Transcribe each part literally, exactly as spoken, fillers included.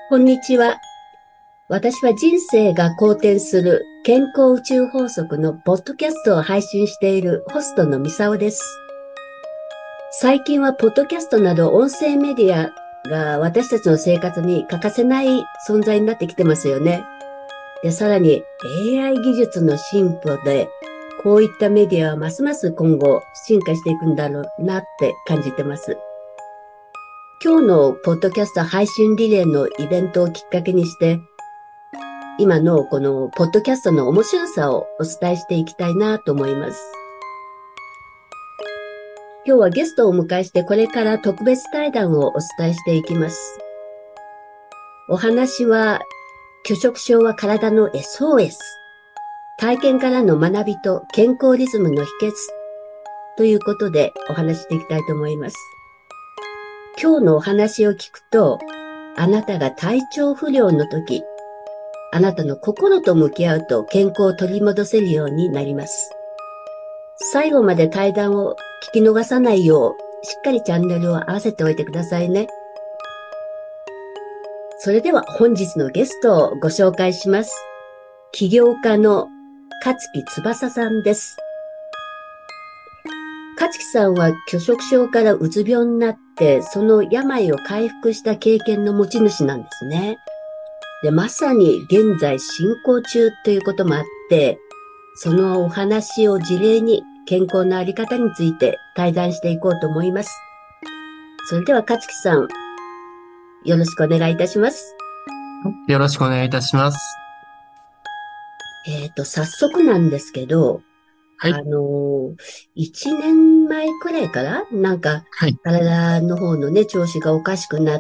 こんにちは。私は人生が好転する健康宇宙法則のポッドキャストを配信しているホストのミサオです。最近はポッドキャストなど音声メディアが私たちの生活に欠かせない存在になってきてますよね。で、さらに エーアイ 技術の進歩でこういったメディアはますます今後進化していくんだろうなって感じてます。今日のポッドキャスト配信リレーのイベントをきっかけにして、今のこのポッドキャストの面白さをお伝えしていきたいなと思います。今日はゲストをお迎えしてこれから特別対談をお伝えしていきます。お話は、拒食症は体の エスオーエス。体験からの学びと健康リズムの秘訣ということでお話していきたいと思います。今日のお話を聞くと、あなたが体調不良の時、あなたの心と向き合うと健康を取り戻せるようになります。最後まで対談を聞き逃さないよう、しっかりチャンネルを合わせておいてくださいね。それでは本日のゲストをご紹介します。起業家の勝木翼さんです。勝木さんは拒食症からうつ病になって、その病を回復した経験の持ち主なんですね。で、まさに現在進行中ということもあって、そのお話を事例に健康のあり方について対談していこうと思います。それでは勝木さん、よろしくお願いいたします。 よろしくお願いいたします。 えっと、早速なんですけど、 はい。 あの、一年前くらいからなんかはい。 体の方のね、調子がおかしくなって、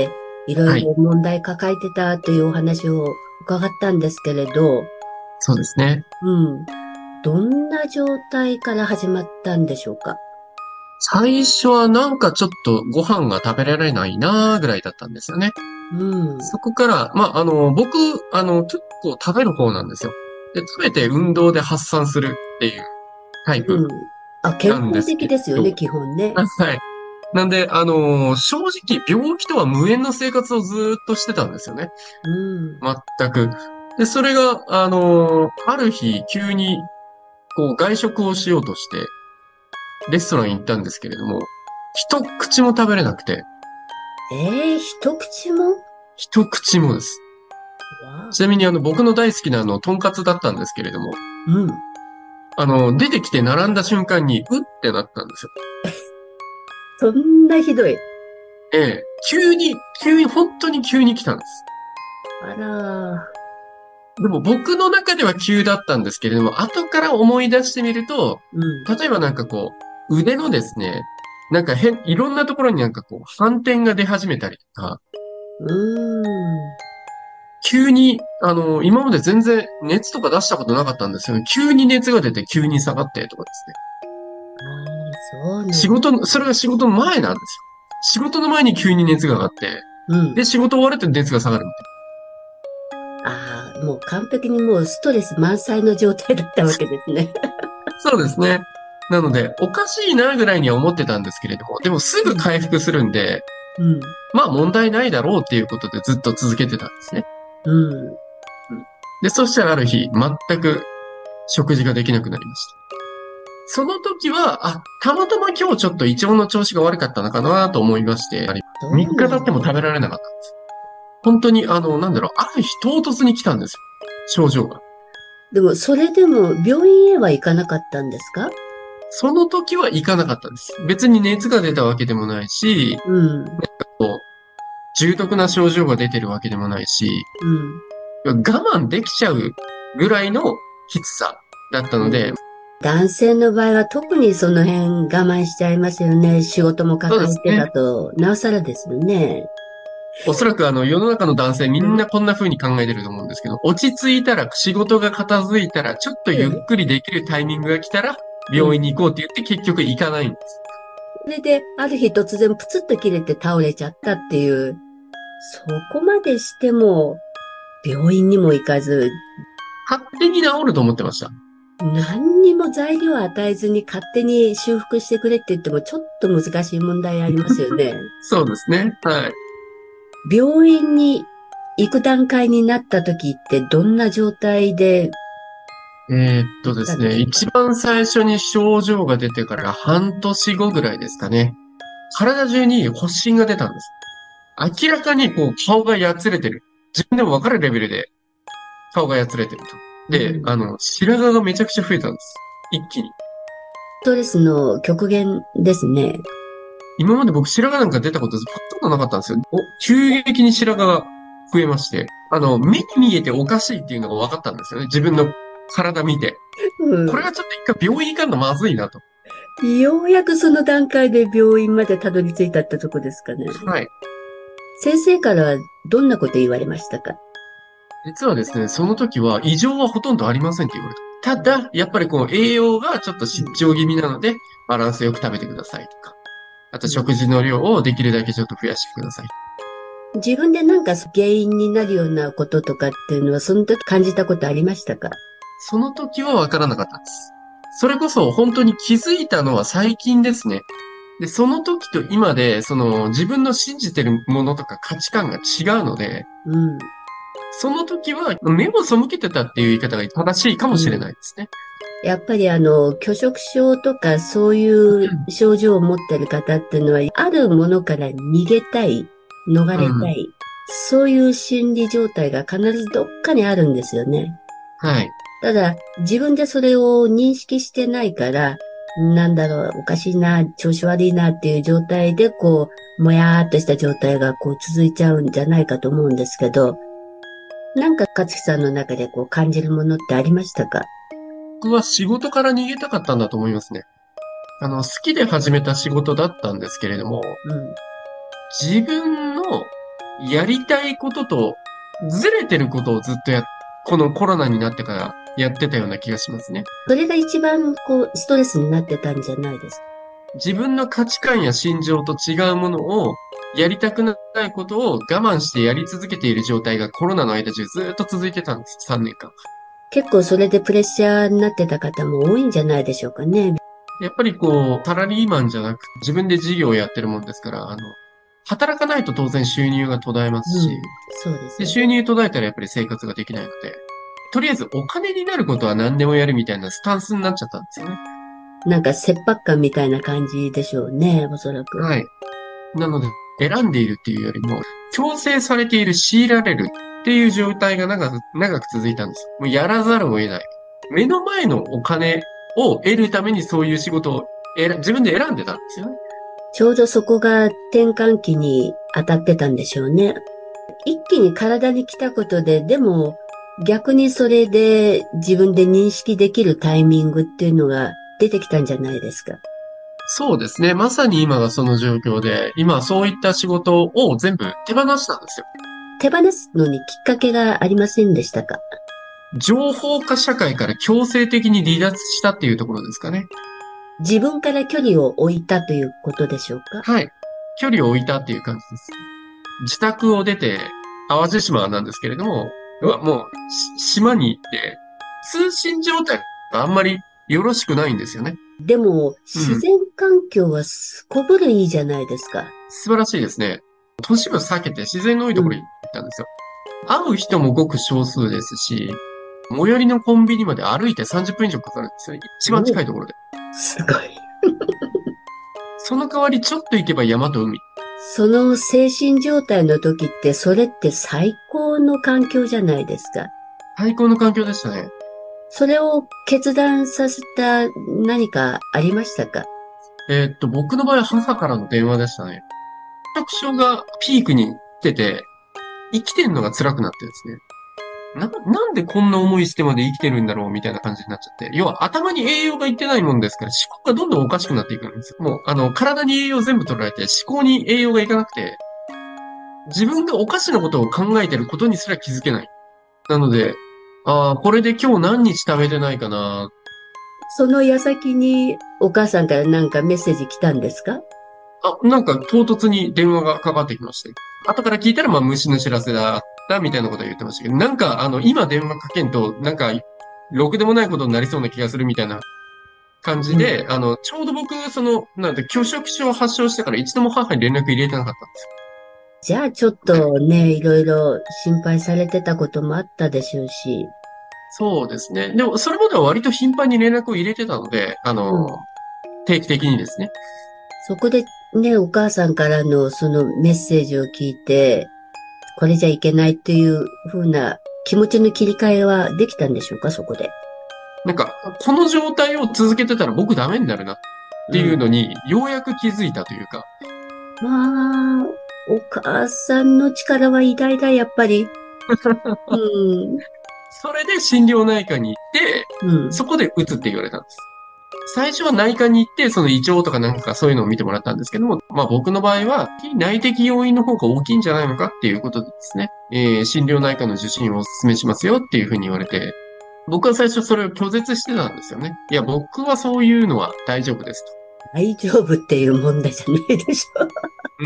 いろはい。 いろ問題抱えてたというお話を伺ったんですけれど、 そうですね。 うん。どんな状態から始まったんでしょうか？ 最初はなんかちょっとご飯が食べられないなーぐらいだったんですよね。 うん。 そこから、まあ、あの、僕、あの、結構食べる方なんですよ。で、食べて運動で発散するっていうタイプうん。あ、健康なんですけ的ですよね、 ど、 基本ね。 あはい。なんで、あの、正直病気とは無縁の生活をずーっとしてたんですよね。 うん。 全く。で、それが、あの、ある日、急に、こう、外食をしようとして、レストランに行ったんですけれども、一口も食べれなくて、 ええ、一口も？ 一口もです。 わあ。 ちなみにあの僕の大好きなあの、とんかつだったんですけれども、 うん。 あの、出てきて並んだ瞬間に、うってなったんですよ。 そんなひどい。 ええ、急に、急に、本当に急に来たんです。 あら。 でも僕の中では急だったんですけれども、後から思い出してみると、 うん。 例えばなんかこう、腕のですね、なんか変、いろんなところになんかこう、斑点が出始めたりとか、 うーん。 急に、あの、今まで全然熱とか出したことなかったんですけど、急に熱が出て急に下がってとかですね。 ああ、そうなんだ。 仕事の、それが仕事の前なんですよ。仕事の前に急に熱が上がって、 うん。 で、仕事終わると熱が下がるみああ、もう完璧にもうストレス満載の状態だったわけですね。 たいな。そうですね。なので、おかしいなぐらいには思ってたんですけれども、でもすぐうん。 回復するんで、 うん。 まあ問題ないだろうっていうことでずっと続けてたんですね。 うん。 うんで、そしたらある日、全く食事ができなくなりました。その時は、あ、たまたま今日ちょっと胃腸の調子が悪かったのかなと思いまして、3 そう日なんだ。 経っても食べられなかったんです。本当に、あの、なんだろう、ある日唐突に来たんですよ。症状が。 でも、それでも病院へは行かなかったんですか？ その時は行かなかったんです。別に熱が出たわけでもないし、 うん。 こう重篤な症状が出てるわけでもないし、 うん。 我慢できちゃうぐらいのきつさだったので、 うん。男性の場合は特にその辺我慢しちゃいますよね。仕事もそうで抱えてだすね。 と、なおさらですよね。 おそらくあの世の中の男性みうん。 んなこんな風に考えてると思うんですけど、落ち着いたら仕事が片付いたらちょっとゆっええ。 くりできるタイミングが来たらうん。 病院に行こうって言って結局行かないんです。 それで、ある日突然プツッと切れて倒れちゃったっていう、そこまでしても、病院にも行かず、 勝手に治ると思ってました。 何にも材料を与えずに勝手に修復してくれって言ってもちょっと難しい問題ありますよね。 そうですね。はい。 病院に行く段階になった時ってどんな状態でえーっとですね、一番最初に症状が出てから半年後ぐらいですかね。体中に発疹が出たんです。明らかにこう顔がやつれてる。自分でもわかるレベルで顔がやつれてると。で、 うんあの、白髪がめちゃくちゃ増えたんです。一気に。 ストレスの極限ですね。 今まで僕白髪なんか出たことほとんどなかったんですよ。お、急激に白髪が増えまして、あの、目に見えておかしいっていうのが分かったんですよね。自分の体見て。 うんこれはちょっと一回病院行かんのまずいなと。 ようやくその段階で病院までたどり着いたってとこですかね。 はい。 先生からはどんなこと言われましたか？ 実はですね、その時は異常はほとんどありませんって言われた。ただ、やっぱりこう栄養がちょっと失調気味なので、バランスよく食べてくださいとか。あと食事の量をできるだけちょっと増やしてください。 自分でなんか原因になるようなこととかっていうのはその時感じたことありましたか？ その時はわからなかったんです。それこそ本当に気づいたのは最近ですね。で、その時と今で、その自分の信じてるものとか価値観が違うので、 うん。 その時は目を背けてたっていう言い方が正しいかもしれないですね。 やっぱりあの、拒食症とかそういう症状を持ってる方っていうのは、あるものから逃げたい、逃れたい、 うんそういう心理状態が必ずどっかにあるんですよね。 はい。 ただ、自分でそれを認識してないから、なんだろう、おかしいな、調子悪いなっていう状態で、こう、もやーっとした状態がこう続いちゃうんじゃないかと思うんですけど、なんか勝木さんの中でこう感じるものってありましたか？ 僕は仕事から逃げたかったんだと思いますね。あの、好きで始めた仕事だったんですけれども、 うん。 自分のやりたいこととずれてることをずっとやっ、このコロナになってからやってたような気がしますね。 それが一番こう、ストレスになってたんじゃないですか？ 自分の価値観や心情と違うものをやりたくないことを我慢してやり続けている状態がコロナの間中ずっと続いてたんです。さんねんかん。 結構それでプレッシャーになってた方も多いんじゃないでしょうかね。 やっぱりこう、サラリーマンじゃなく自分で事業をやってるもんですから、あの、働かないと当然収入が途絶えますし、 うん、そうですで、 よ。 収入途絶えたらやっぱり生活ができないので、とりあえずお金になることは何でもやるみたいなスタンスになっちゃったんですよね。 なんか切迫感みたいな感じでしょうね、おそらく。 はい。なので、選んでいるっていうよりも、強制されている、強いられるっていう状態が長く、長く続いたんですよ。もうやらざるを得ない。目の前のお金を得るためにそういう仕事を選自分で選んでたんですよね。 ちょうどそこが転換期に当たってたんでしょうね。一気に体に来たことで、でも逆にそれで自分で認識できるタイミングっていうのが出てきたんじゃないですか。 そうですね。まさに今がその状況で、今そういった仕事を全部手放したんですよ。 手放すのにきっかけがありませんでしたか？ 情報化社会から強制的に離脱したっていうところですかね。 自分から距離を置いたということでしょうか？ はい。距離を置いたっていう感じです。自宅を出て、淡路島なんですけれども、 おもうし島に行って、通信状態があんまりよろしくないんですよね。 でも、自然環境はすこぶるいいじゃないですか。 素晴らしいですね。都市部避けて自然の多いところに行ったんですよ。会う人もごく少数ですし、最寄りのコンビニまで歩いてさんじゅっぷん以上かかるんですよ。一番近いところで。 すごい。 その代わりちょっと行けば山と海。 その精神状態の時って、それって最高の環境じゃないですか。 最高の環境でしたね。 それを決断させた何かありましたか？ えーっと、僕の場合は母からの電話でしたね。食症がピークに来てて、生きてんのが辛くなってですね。な、なんでこんな思いしてまで生きてるんだろうみたいな感じになっちゃって。要は頭に栄養がいってないもんですから思考がどんどんおかしくなっていくんですよ。もう、あの、体に栄養全部取られて思考に栄養がいかなくて、自分がおかしなことを考えてることにすら気づけない。なので、ああ、これで今日何日食べてないかな。 その矢先にお母さんからなんかメッセージ来たんですか？ あ、なんか唐突に電話がかかってきまして。後から聞いたら、まあ、虫の知らせだったみたいなことは言ってましたけど、なんか、あの、今電話かけんと、なんか、ろくでもないことになりそうな気がするみたいな感じで、うん、あの、ちょうど僕、その、なんて、拒食症を発症してから一度も母に連絡入れてなかったんですよ。 じゃあちょっとね、いろいろ心配されてたこともあったでしょうし。 そうですね。でも、それまでは割と頻繁に連絡を入れてたので、あの、 うん。 定期的にですね。 そこでね、お母さんからのそのメッセージを聞いて、これじゃいけないっていう風な気持ちの切り替えはできたんでしょうか、そこで。 なんか、この状態を続けてたら僕ダメになるなっていううん。 のに、ようやく気づいたというか、 まあ、お母さんの力は偉大だ、やっぱり。うん。 それで心療内科に行って、 うん。 そこで打つって言われたんです。最初は内科に行って、その胃腸とかなんかそういうのを見てもらったんですけども、まあ僕の場合は、非内的要因の方が大きいんじゃないのかっていうことでですね、えー、心療内科の受診をお勧めしますよっていうふうに言われて、僕は最初それを拒絶してたんですよね。いや、僕はそういうのは大丈夫ですと。 大丈夫っていう問題じゃないでしょ。 うん。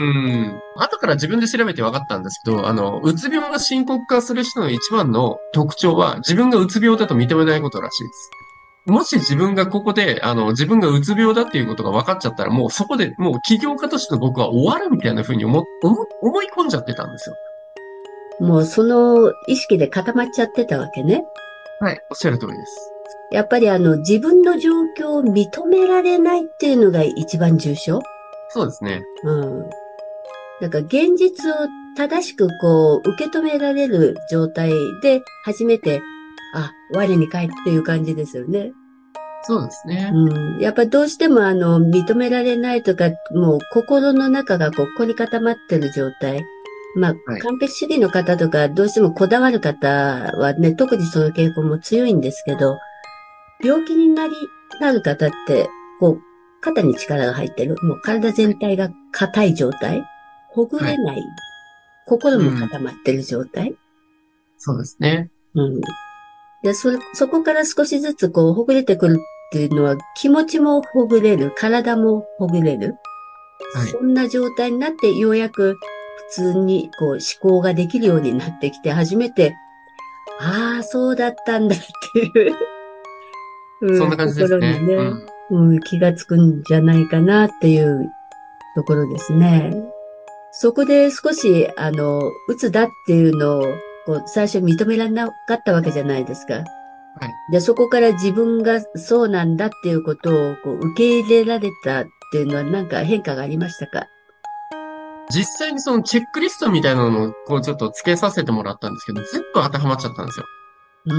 後から自分で調べて分かったんですけど、あの、うつ病が深刻化する人の一番の特徴は、自分がうつ病だと認めないことらしいです。もし自分がここで、あの、自分がうつ病だっていうことが分かっちゃったら、もうそこで、もう起業家としての僕は終わるみたいな風に思、思、思い込んじゃってたんですよ。 もうその意識で固まっちゃってたわけね。 はい。おっしゃる通りです。 やっぱりあの自分の状況を認められないっていうのが一番重症。 そうですね。 うん。だから現実を正しくこう受け止められる状態で初めて、あ、我に返っていう感じですよね。 そうですね。 うん。やっぱどうしてもあの認められないとか、もう心の中がこう凝り固まってる状態。まあ、 はい。 完璧主義の方とか、どうしてもこだわる方はね、特にその傾向も強いんですけど、病気になり、なる方って、こう、肩に力が入ってる。もう体全体が硬い状態。ほぐはい。 れない。心もうん。 固まってる状態。 そうですね。 うん。で、そ、そこから少しずつこう、ほぐれてくるっていうのは、気持ちもほぐれる。体もほぐれる。 はい。 そんな状態になって、ようやく普通にこう、思考ができるようになってきて、初めて、ああ、そうだったんだっていううん、 そんな感ところにじですね。うね、 ん。 うん、気がつくんじゃないかなっていうところですね。そこで少し、あの、うつだっていうのを、こう、最初認められなかったわけじゃないですか。 はい。 で、そこから自分がそうなんだっていうことを、こう、受け入れられたっていうのは何か変化がありましたか？ 実際にそのチェックリストみたいなのをこうちょっと付けさせてもらったんですけど、全部当てはまっちゃったんですよ。 うん。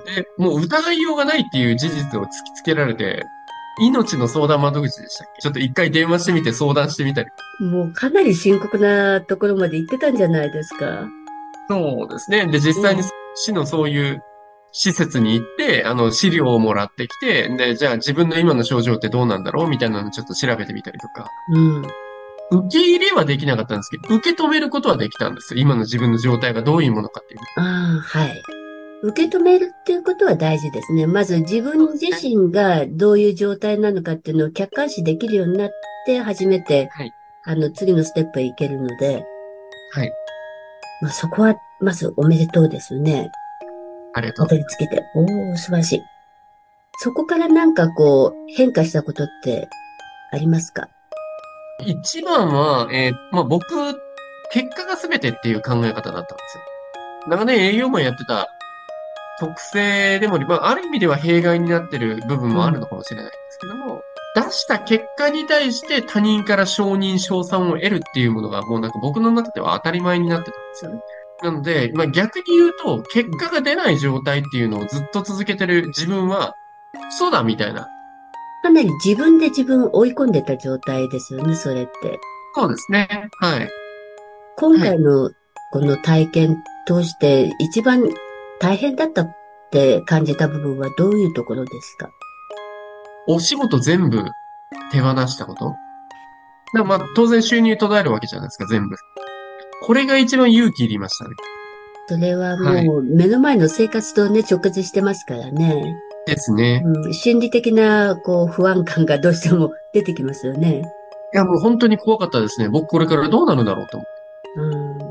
で、もう疑いようがないっていう事実を突きつけられて、命の相談窓口でしたっけ？ちょっと一回電話してみて相談してみたり。 もうかなり深刻なところまで行ってたんじゃないですか。 そうですね。で、実際にね。 市のそういう施設に行って、あの、資料をもらってきて、で、じゃあ自分の今の症状ってどうなんだろうみたいなのをちょっと調べてみたりとか。 うん。 受け入れはできなかったんですけど、受け止めることはできたんですよ。今の自分の状態がどういうものかっていう。 ああ、はい。受け止めるっていうことは大事ですね。まず自分自そうですね。 身がどういう状態なのかっていうのを客観視できるようになって初めて、 はい。 あの、次のステップへ行けるので、 はい。 まあそこは、まずおめでとうですよね。 ありがとうたございます。 どり着けて。おー、素晴らしい。そこからなんかこう、変化したことってありますか？ 一番は、えーまあ、僕、結果が全てっていう考え方だったんですよ。長年営業マンやってた特性でも、まあ、ある意味では弊害になってる部分もあるうん。 のかもしれないんですけども、出した結果に対して他人から承認、称賛を得るっていうものがもうなんか僕の中では当たり前になってたんですよね。なので、まあ、逆に言うと、結果が出ない状態っていうのをずっと続けてる自分は、そうだみたいな。 かなり自分で自分を追い込んでた状態ですよね、それって。 そうですね。はい。 今はい。 回のこの体験通して一番大変だったって感じた部分はどういうところですか？ お仕事全部手放したこと。だからまあ、当然収入途絶えるわけじゃないですか、全部。これが一番勇気いりましたね。 それははい。 もう目の前の生活とね、直結してますからね。 ですね。 うん、心理的なこう不安感がどうしても出てきますよね。 いや、もう本当に怖かったですね。僕これからどうなるんだろうと思って。 うん、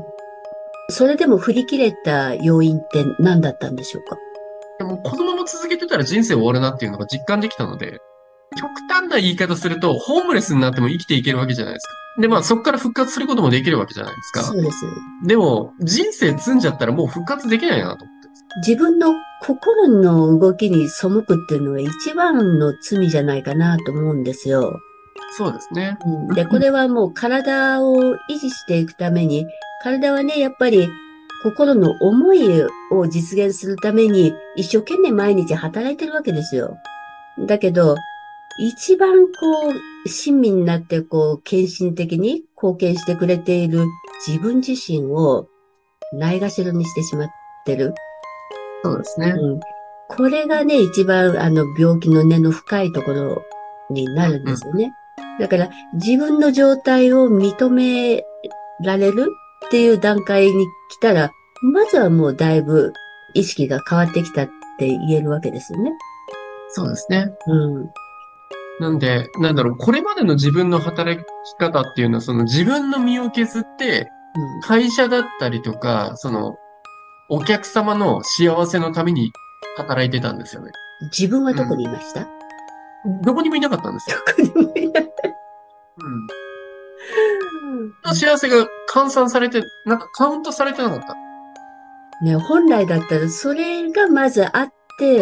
それでも振り切れた要因って何だったんでしょうか？ でも、このまま続けてたら人生終わるなっていうのが実感できたので、極端んない言い方すると、ホームレスになっても生きていけるわけじゃないですか。で、まあそこから復活することもできるわけじゃないですか。 そうです。 でも、人生積んじゃったらもう復活できないなと思って。 自分の心の動きに背くっていうのは一番の罪じゃないかなと思うんですよ。 そうですね。 うん、で、これはもう体を維持していくために、体はね、やっぱり心の思いを実現するために一生懸命毎日働いてるわけですよ。だけど、一番こう、親身になってこう、献身的に貢献してくれている自分自身をないがしろにしてしまってる。 そうですね。 うん。これがね、一番あの病気の根の深いところになるんですよね。だから自分の状態を認められるっていう段階に来たら、まずはもうだいぶ意識が変わってきたって言えるわけですよね。 そうですね。 うん。うん。 なんで、なんだろう、これまでの自分の働き方っていうのは、その自分の身を削って、会社だったりとか、その、お客様の幸せのために働いてたんですよね。 自分はどこうん。 にいました？ どこにもいなかったんですよ。 どこにもいない。 うん。幸せが換算されて、なんかカウントされてなかった。 ね、本来だったらそれがまずあって、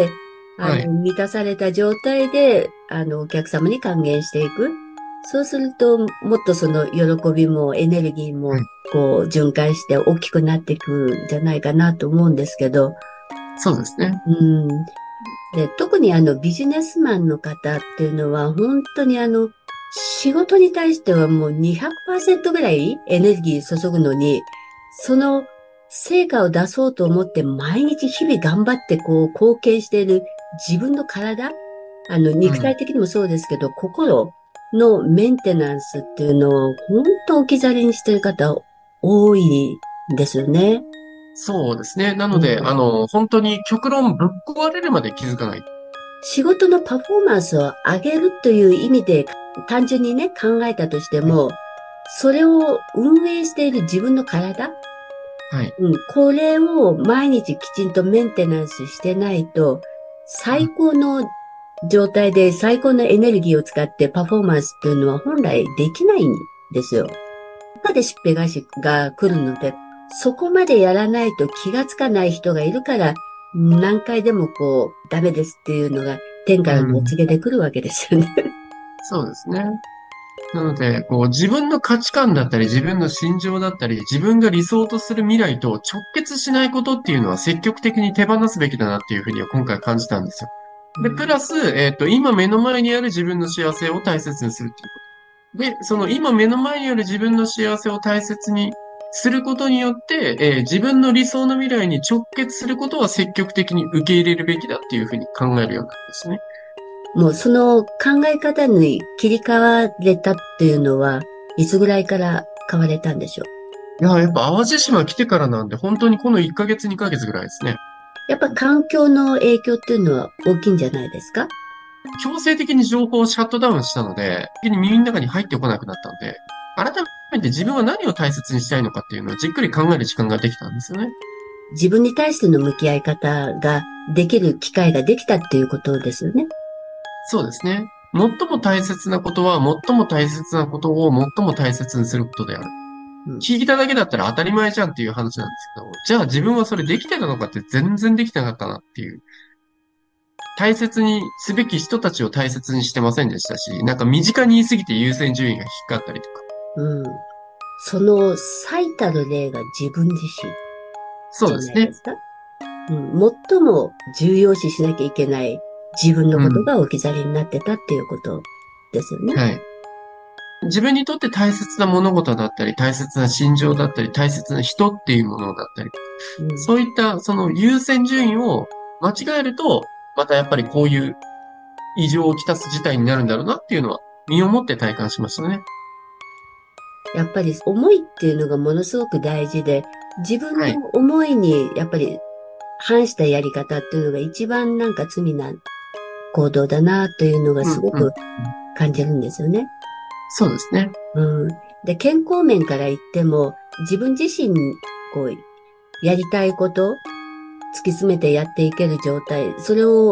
あの、 はい。 満たされた状態で、あの、お客様に還元していく。そうすると、もっとその喜びもエネルギーも、 はい。 こう、循環して大きくなっていくんじゃないかなと思うんですけど、 そうですね。 うん。で、特にあの、ビジネスマンの方っていうのは、本当にあの、仕事に対してはもうにひゃくパーセントぐらいエネルギー注ぐのに、その成果を出そうと思って毎日日々頑張ってこう貢献している自分の体、あの肉体うん。 的にもそうですけど、心のメンテナンスっていうのを本当置き去りにしている方多いんですよね。 そうですね。なので、あうん。 の、本当に極論ぶっ壊れるまで気づかない。 仕事のパフォーマンスを上げるという意味で単純にね考えたとしてはい。 も、それを運営している自分の体、 はい。 うん、これを毎日きちんとメンテナンスしてないと、最高の状態で最高のエネルギーを使ってパフォーマンスっていうのは本来できないんですよ。ここでしっぺ返しが来るので、そこまでやらないと気がつかない人がいるから、何回でもこう、ダメですっていうのが天からのおうん。 告げで来るわけですよね。 そうですね。なので、こう、自分の価値観だったり、自分の心情だったり、自分が理想とする未来と直結しないことっていうのは積極的に手放すべきだなっていうふうには今回感じたんですよ。で、プうん。 ラス、えっと、今目の前にある自分の幸せを大切にするっていうこと。で、その今目の前にある自分の幸せを大切にすることによって、えー自分の理想の未来に直結することは積極的に受け入れるべきだっていうふうに考えるようになるんですね。 もうその考え方に切り替われたっていうのは、いつぐらいから変われたんでしょう？ いや、やっぱ淡路島来てからなんで、本当にこのいっかげつ、にかげつぐらいですね。 やっぱ環境の影響っていうのは大きいんじゃないですか？ 強制的に情報をシャットダウンしたので、耳の中に入ってこなくなったので、改めて自分は何を大切にしたいのかっていうのをじっくり考える時間ができたんですよね。 自分に対しての向き合い方ができる機会ができたっていうことですよね。 そうですね。最も大切なことは、最も大切なことを最も大切にすることである。 うん。 聞いただけだったら当たり前じゃんっていう話なんですけど、じゃあ自分はそれできてたのかって全然できてなかったなっていう。大切にすべき人たちを大切にしてませんでしたし、なんか身近に言いすぎて優先順位が低かったりとか。 うん。その最たる例が自分自身じゃそうですね。 ないですか？うん。最も重要視しなきゃいけない自分のうん。 ことが置き去りになってたっていうことですよね。 はい。自分にとって大切な物事だったり、大切な心情だったり、大切な人っていうものだったり、 うん。 そういったその優先順位を間違えると、またやっぱりこういう異常をきたす事態になるんだろうなっていうのは身をもって体感しましたね。 やっぱり思いっていうのがものすごく大事で、自分のはい。 思いにやっぱり反したやり方っていうのが一番なんか罪な行動だなというのがうん、うん。 すごく感じるんですよね。 そうですね。 うん。で、健康面から言っても、自分自身、こう、やりたいこと、突き詰めてやっていける状態、それを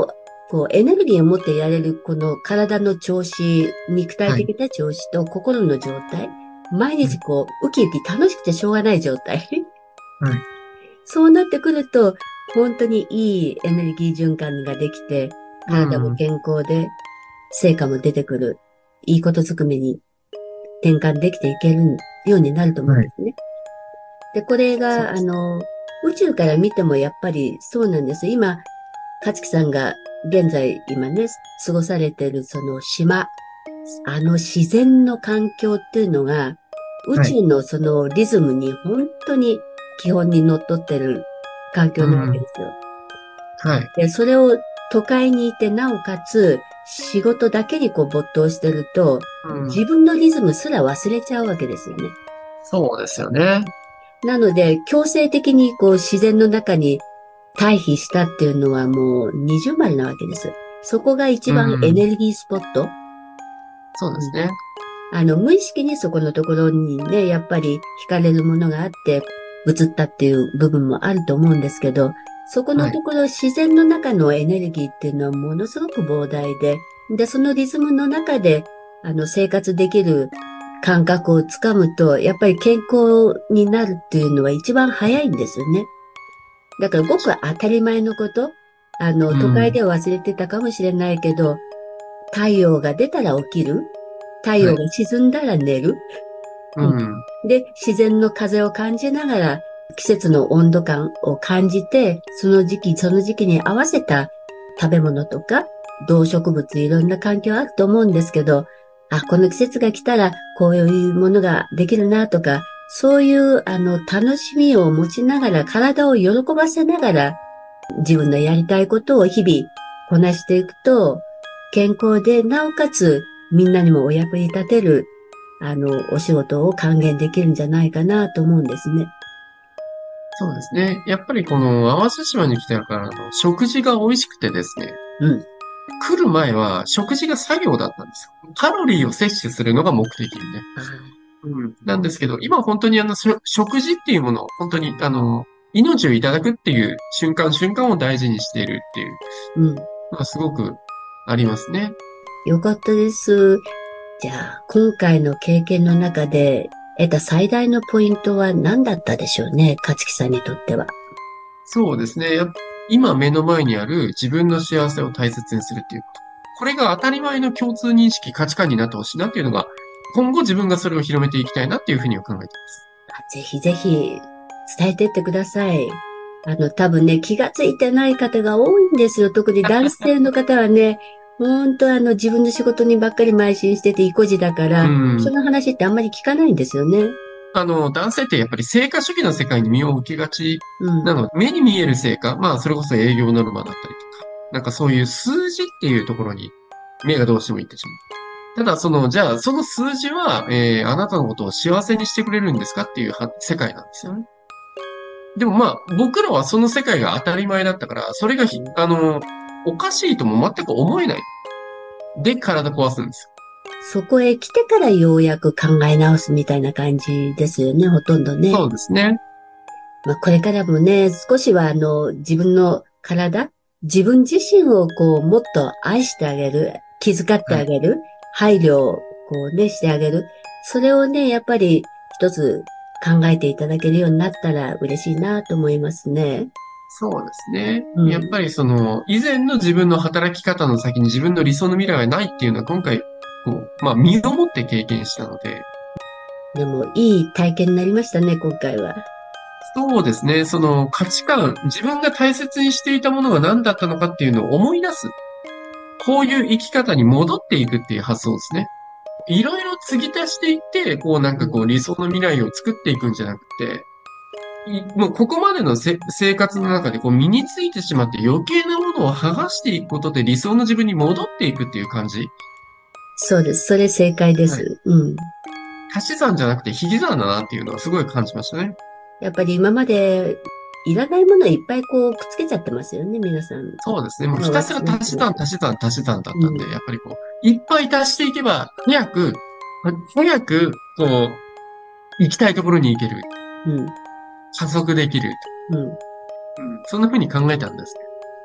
こう、エネルギーを持ってやれる、この体の調子、肉体はい。 的な調子と心の状態、毎日こう、ウキウキ楽しくてしょうがない状態。 はい。 そうなってくると、本当にいいエネルギー循環ができて、 うん。 体も健康で、成果も出てくる、いいことずくめに転換できていけるようになると思うんはい。 ですね。で、これが、 そうです。 あの、宇宙から見てもやっぱりそうなんです。今、勝木さんが現在今ね、過ごされているその島、あの自然の環境っていうのが、宇はい。 宙のそのリズムに本当に基本にのっとってる環境なわうん。 けですよ。 はい。 で、それを都会にいて、なおかつ仕事だけにこう没頭してると、 うん。 自分のリズムすら忘れちゃうわけですよね。 そうですよね。 なので、強制的にこう自然の中に退避したっていうのはもう二重丸なわけです。そこが一う番エネん。 ルギースポット。 そうでうん、 すね。 あの、無意識にそこのところにね、やっぱり惹かれるものがあって、移ったっていう部分もあると思うんですけど、そこのはい。 ところ自然の中のエネルギーっていうのはものすごく膨大で、で、そのリズムの中で、あの、生活できる感覚をつかむと、やっぱり健康になるっていうのは一番早いんですよね。だからごく当たり前のこと、あの、都会うん。 では忘れてたかもしれないけど、太陽が出たら起きる。太はい。 陽が沈んだら寝る。 ううん。 ん。 で、自然の風を感じながら、季節の温度感を感じて、その時期、その時期に合わせた食べ物とか、動植物、いろんな環境あると思うんですけど、あ、この季節が来たら、こういうものができるなとか、そういう、あの、楽しみを持ちながら、体を喜ばせながら、自分のやりたいことを日々こなしていくと、健康で、なおかつみんなにもお役に立てる、あの、お仕事を還元できるんじゃないかなと思うんですね。 そうですね。やっぱりこの淡路島に来てからの食事が美味しくてですね。 うん。 来る前は食事が作業だったんですよ。カロリーを摂取するのが目的でね。 ああ、 うん。なんですけど、今本当にあの、しょ食事っていうものを本当にあの、命をいただくっていう瞬間瞬間を大事にしているっていううん。 のがすごくありますね。 よかったです。じゃあ、今回の経験の中で得た最大のポイントは何だったでしょうね、勝木さんにとっては。 そうですね。やっ今目の前にある自分の幸せを大切にするっていうこと。これが当たり前の共通認識、価値観になってほしいなっていうのが、今後自分がそれを広めていきたいなっていうふうには考えています。 ぜひぜひ伝えてってください。あの、多分ね、気がついてない方が多いんですよ。特に男性の方はね、本当あの、自分の仕事にばっかり邁進してて、意固地だかうら、そん。 の話ってあんまり聞かないんですよね。 あの、男性ってやっぱり成果主義の世界に身を置きがちうん。 なので、目に見える成果、まあ、それこそ営業ノルマだったりとか、なんかそういう数字っていうところに目がどうしてもいってしまう。ただ、その、じゃあ、その数字は、えー、あなたのことを幸せにしてくれるんですかっていうは世界なんですよね。でもまあ、僕らはその世界が当たり前だったから、それがひ、あの、おかしいとも全く思えない。で、体壊すんですそこへ来てからようやく考え直すみたいな感じですよね、ほとんどよ。そね。 うですね。 まあ、これからもね、少しはあの、自分の体、自分自身をこう、もっと愛してあげる、気遣ってはい。 あげる、配慮をこうね、してあげる。それをね、やっぱり一つ考えていただけるようになったら嬉しいなと思いますね。 そうですね。 うん。 やっぱりその、以前の自分の働き方の先に自分の理想の未来はないっていうのは今回、こう、まあ、身をもって経験したので、 でも、いい体験になりましたね、今回は。 そうですね。その価値観、自分が大切にしていたものが何だったのかっていうのを思い出す。こういう生き方に戻っていくっていう発想ですね。いろいろ継ぎ足していって、こうなんうん。 かこう理想の未来を作っていくんじゃなくて、いもうここまでのせ生活の中でこう身についてしまって余計なものを剥がしていくことで理想の自分に戻っていくっていう感じ。 そうです。それ正解ではい。 す。うん。 足し算じゃなくて引き算だなっていうのはすごい感じましたね。 やっぱり今までいらないものをいっぱいこうくっつけちゃってますよね、皆さん。 そうですね。もうまあひたすら私も足し算、 含めて。 足し算、足し算だったんで、 うん。 やっぱりこう、いっぱい足していけば、早く、早く、こう、行きたいところに行ける。 うん。 加速できる。 うん。 うん。そんな風に考えたんですね。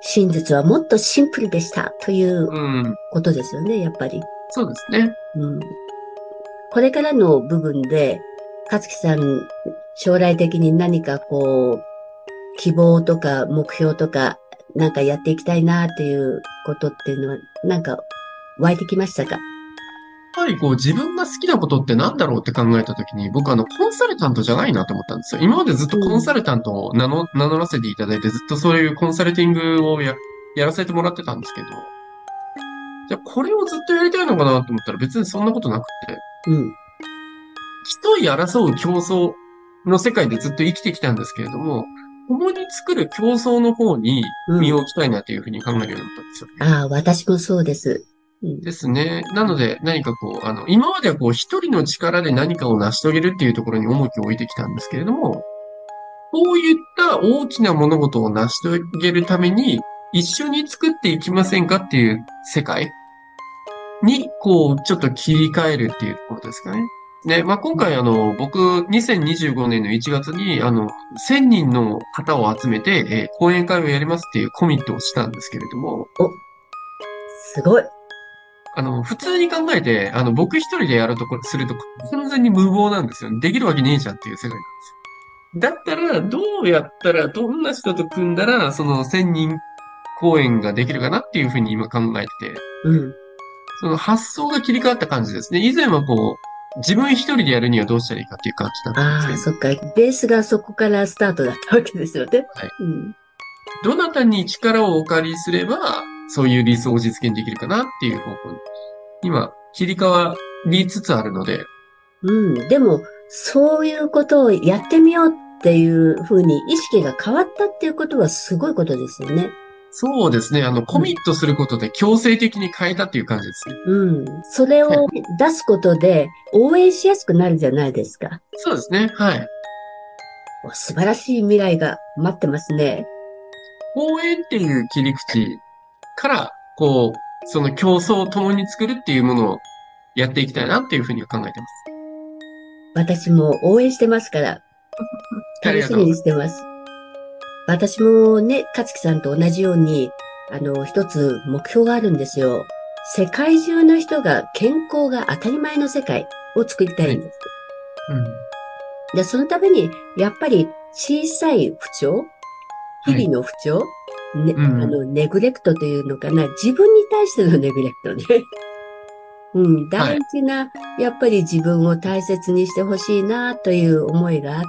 真実はもっとシンプルでしたといううん。 ことですよね、やっぱり。 そうですね。 うん、これからの部分で、勝木さん、将来的に何かこう、希望とか目標とか、なんかやっていきたいなっていうことっていうのは、なんか湧いてきましたか？ やっぱりこう自分が好きなことってなんだろうって考えたときに、僕あのコンサルタントじゃないなと思ったんですよ。今までずっとコンサうん。 ルタントを名の名乗らせていただいて、ずっとそういうコンサルティングをや、やらせてもらってたんですけど、じゃあこれをずっとやりたいのかなと思ったら別にそんなことなくて、 うん。 競い争う競争の世界でずっと生きてきたんですけれども、共に作る競争の方にうん。 身を置きたいなというふうに考えるようになったんですよ。 ああ、私もそうです。うん。 ですね。なので、何かこう、あの、今まではこう、一人の力で何かを成し遂げるっていうところに重きを置いてきたんですけれども、こういった大きな物事を成し遂げるために、一緒に作っていきませんかっていう世界に、こう、ちょっと切り替えるっていうところですかね。で、まあ、今回、あの、僕、にせんにじゅうごねんのいちがつに、あの、せんにんの方を集めて、えー講演会をやりますっていうコミットをしたんですけれども、 お、すごい。 あの、普通に考えて、あの、僕一人でやるとこ、すると完全に無謀なんですよ。できるわけねえじゃんっていう世界なんですよ。だったら、どうやったら、どんな人と組んだら、そのせんにん公演ができるかなっていうふうに今考えてて、 うん。 その発想が切り替わった感じですね。以前はこう、自分一人でやるにはどうしたらいいかっていう感じだったんですああ、 けど、 そっか。ベースがそこからスタートだったわけですよね。 はい。 うん。 どなたに力をお借りすれば、そういう理想を実現できるかなっていう方向に、今、切り替わりつつあるので、 うん。でも、そういうことをやってみようっていうふうに意識が変わったっていうことはすごいことですよね。 そうですね。あの、コミットすることで強制的に変えたっていう感じですね。 うん。それはい。 を出すことで応援しやすくなるじゃないですか。 そうですね。はい。 お素晴らしい未来が待ってますね。 応援っていう切り口から、こう、その競争を共に作るっていうものをやっていきたいなっていうふうには考えてます。 私も応援してますから、 あり楽しみがとうございます。 にしてます。私もね、勝木さんと同じように、あの、一つ目標があるんですよ。世界中の人が健康が当たり前の世界を作りたはい。 いんです。 うん。 で、そのために、やっぱり小さい不調、 はい。 日々の不調、ね、 うん。 あの、ネグレクトというのかな、自分に対してのネグレクトね。うん、 はい。 大事な、やっぱり自分を大切にしてほしいなという思いがあって、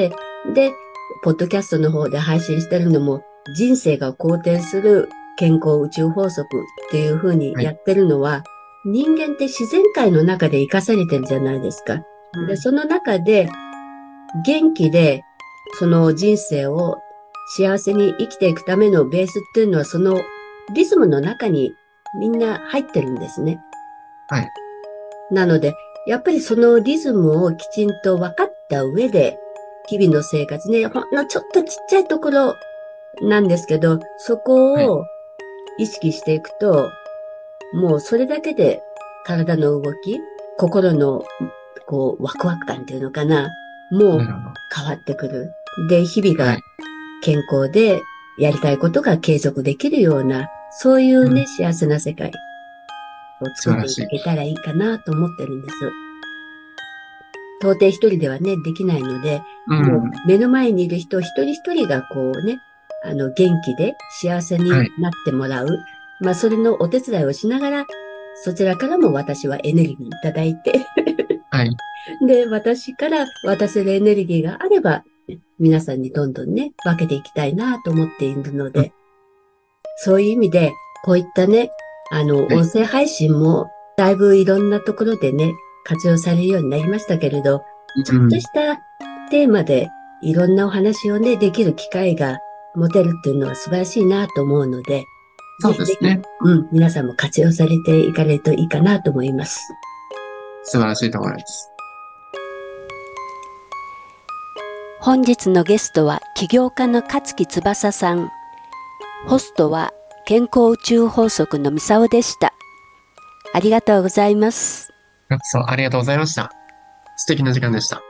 で、ポッドキャストの方で配信してるのも、人生が好転する健康宇宙法則っていう風にはい。 やってるのは、人間って自然界の中で生かされてるじゃないですか。で、 うん。 その中で元気で、その人生を幸せに生きていくためのベースっていうのは、そのリズムの中にみんな入ってるんですね。 はい。 なので、やっぱりそのリズムをきちんと分かった上で、日々の生活ね、ほんのちょっとちっちゃいところなんですけど、そはい。 こを意識していくと、もうそれだけで体の動き、心のこうワクワク感っていうのかな、もうなるほど。 変わってくる。で、日々がはい。 健康でやりたいことが継続できるような、そういうね、 うん。 幸せな世界を作ってい素晴らしい。 けたらいいかなと思ってるんです。到底一人ではね、できないので、もううん。 目の前にいる人一人一人がこうね、あの、元気で幸せはい。 になってもらう。まあ、それのお手伝いをしながら、そちらからも私はエネルギーいただいて、 はい。 で、私から渡せるエネルギーがあれば、皆さんにどんどんね、分けていきたいなと思っているのうん。 で、そういう意味で、こういったね、あの、 はい。 音声配信も、だいぶいろんなところでね、活用されるようになりましたけれど、ちょっとうん。 したテーマでいろんなお話をね、できる機会が持てるっていうのは素晴らしいなと思うので、ぜひぜひ、 そうですね。 うん、皆さんも活用されていかれるといいかなと思います。 素晴らしいと思います。 本日のゲストは起業家の勝木翼さん。ホストは健康宇宙法則のミサオでした。ありがとうございます。 そう、ありがとうございました。素敵な時間でした。